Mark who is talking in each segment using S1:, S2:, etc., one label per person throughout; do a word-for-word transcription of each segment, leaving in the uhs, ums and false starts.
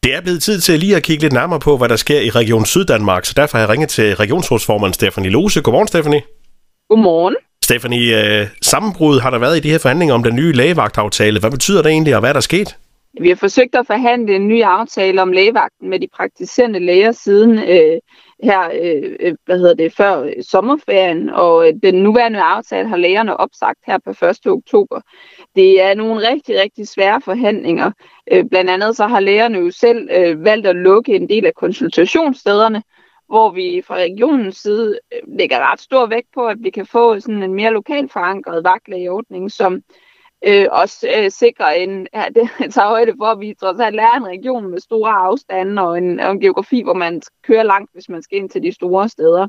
S1: Det er blevet tid til lige at kigge lidt nærmere på, hvad der sker i Region Syddanmark, så derfor har jeg ringet til regionsrådsformand Stephanie Lose. Godmorgen, Stephanie.
S2: Godmorgen.
S1: Stephanie, øh, sammenbrud har der været i de her forhandlinger om den nye lægevagtaftale. Hvad betyder det egentlig, og hvad er der sket?
S2: Vi har forsøgt at forhandle en ny aftale om lægevagten med de praktiserende læger siden øh, her, øh, hvad hedder det, før øh, sommerferien, og øh, den nuværende aftale har lægerne opsagt her på første oktober. Det er nogle rigtig, rigtig svære forhandlinger. Øh, blandt andet så har lægerne jo selv øh, valgt at lukke en del af konsultationsstederne, hvor vi fra regionens side øh, lægger ret stor vægt på, at vi kan få sådan en mere lokalt forankret vagtlægeordning, som Øh, også øh, sikre en, ja, det tager højde for, at vi trods alt er en region med store afstande og en, og en geografi, hvor man kører langt, hvis man skal ind til de store steder.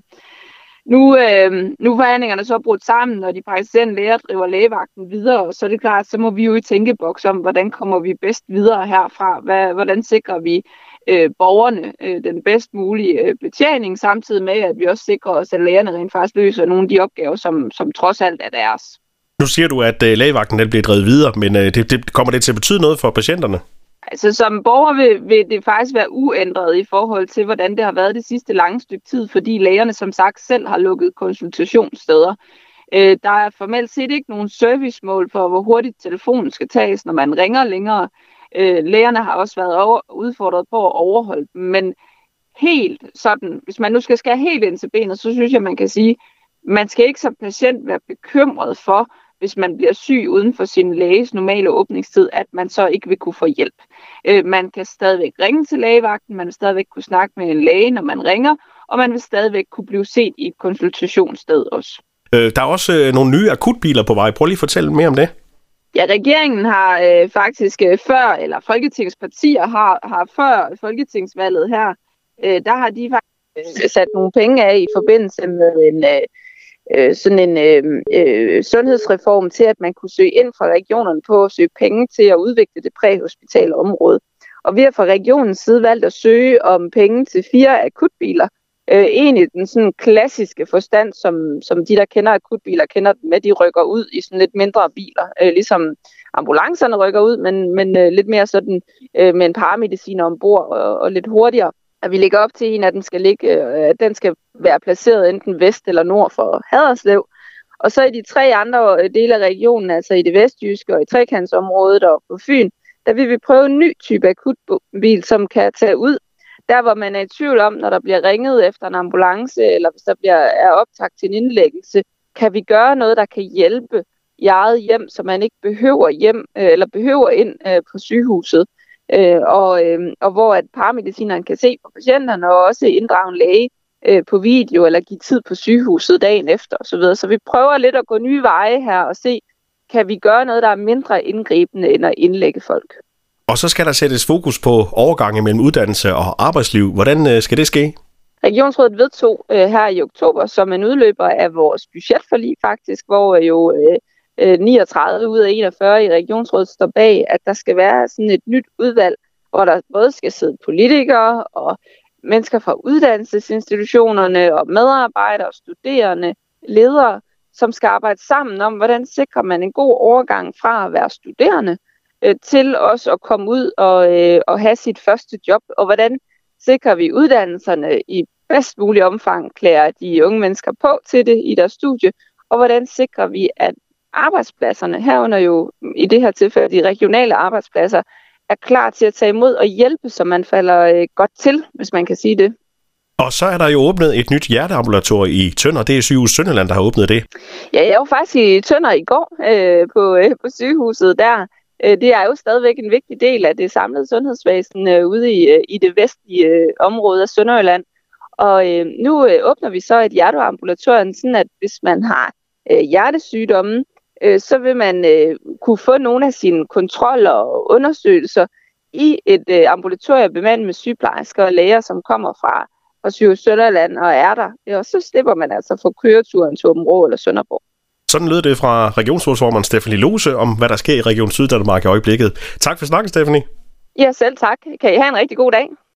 S2: Nu, øh, nu er forhandlingerne så brudt sammen, og de praktiserende læger driver lægevagten videre, og så er det klart, så må vi jo i tænkeboks om, hvordan kommer vi bedst videre herfra, Hvad, hvordan sikrer vi øh, borgerne øh, den bedst mulige øh, betjening, samtidig med, at vi også sikrer os, at lægerne rent faktisk løser nogle af de opgaver, som, som trods alt er deres.
S1: Nu siger du, at øh, lægevagten den bliver drevet videre, men øh, det, det, kommer det til at betyde noget for patienterne?
S2: Altså som borger vil, vil det faktisk være uændret i forhold til, hvordan det har været det sidste lange stykke tid, fordi lægerne som sagt selv har lukket konsultationssteder. Øh, der er formelt set ikke nogen servicemål for, hvor hurtigt telefonen skal tages, når man ringer længere. Øh, lægerne har også været over, udfordret på at overholde dem, men helt sådan, hvis man nu skal skære helt ind til benet, så synes jeg, man kan sige, man skal ikke som patient være bekymret for, hvis man bliver syg uden for sin læges normale åbningstid, at man så ikke vil kunne få hjælp. Øh, man kan stadigvæk ringe til lægevagten, man vil stadigvæk kunne snakke med en læge, når man ringer, og man vil stadigvæk kunne blive set i et konsultationssted også.
S1: Øh, der er også øh, nogle nye akutbiler på vej. Prøv lige at fortælle mere om det.
S2: Ja, regeringen har øh, faktisk øh, før, eller Folketingets partier har, har før folketingsvalget her, øh, der har de faktisk øh, sat nogle penge af i forbindelse med en øh, sådan en øh, øh, sundhedsreform til, at man kunne søge ind fra regionerne på at søge penge til at udvikle det præhospitale område. Og vi har fra regionens side valgt at søge om penge til fire akutbiler. Øh, en i den sådan klassiske forstand, som, som de, der kender akutbiler, kender dem med, de rykker ud i sådan lidt mindre biler, øh, ligesom ambulancerne rykker ud, men, men øh, lidt mere sådan øh, med en paramediciner ombord og, og lidt hurtigere. At vi lægger op til en, at den skal ligge, at den skal være placeret enten vest eller nord for Haderslev. Og så i de tre andre dele af regionen, altså i det vestjyske og i trekantsområdet og på Fyn, der vil vi prøve en ny type akutbil, som kan tage ud. Der hvor man er i tvivl om, når der bliver ringet efter en ambulance, eller hvis der bliver er optakt til en indlæggelse, kan vi gøre noget, der kan hjælpe i eget hjem, så man ikke behøver hjem eller behøver ind på sygehuset. Øh, og, øh, og hvor at paramedicineren kan se på patienterne og også inddrage en læge øh, på video eller give tid på sygehuset dagen efter osv. Så, så vi prøver lidt at gå nye veje her og se, kan vi gøre noget, der er mindre indgribende end at indlægge folk.
S1: Og så skal der sættes fokus på overgangen mellem uddannelse og arbejdsliv. Hvordan øh, skal det ske?
S2: Regionsrådet vedtog øh, her i oktober som en udløber af vores budgetforlig faktisk, hvor øh, jo øh, niogtredive ud af enogfyrre i regionsrådet står bag, at der skal være sådan et nyt udvalg, hvor der både skal sidde politikere og mennesker fra uddannelsesinstitutionerne og medarbejdere og studerende, ledere, som skal arbejde sammen om, hvordan sikrer man en god overgang fra at være studerende øh, til også at komme ud og, øh, og have sit første job, og hvordan sikrer vi uddannelserne i bedst mulig omfang, klæder de unge mennesker på til det i deres studie, og hvordan sikrer vi, at arbejdspladserne, herunder jo i det her tilfælde de regionale arbejdspladser, er klar til at tage imod og hjælpe, så man falder øh, godt til, hvis man kan sige det.
S1: Og så er der jo åbnet et nyt hjerteambulatorium i Tønder. Det er Sygehus Sønderjylland, der har åbnet det.
S2: Ja, jeg var faktisk i Tønder i går øh, på, øh, på sygehuset der. Øh, det er jo stadigvæk en vigtig del af det samlede sundhedsvæsen øh, ude i, øh, i det vestlige øh, område af Sønderjylland. Og øh, nu øh, åbner vi så et hjerteambulatorium, sådan at hvis man har øh, hjertesygdomme, så vil man øh, kunne få nogle af sine kontroller og undersøgelser i et øh, ambulatorium bemandet med sygeplejersker og læger, som kommer fra, fra Sygehus Sønderjylland og er der. Og så slipper man altså for køreturen til Aabenraa eller Sønderborg.
S1: Sådan lød det fra regionsrådsformand Stephanie Lose om, hvad der sker i Region Syddanmark i øjeblikket. Tak for snakken, Stephanie.
S2: Ja, selv tak. Kan I have en rigtig god dag.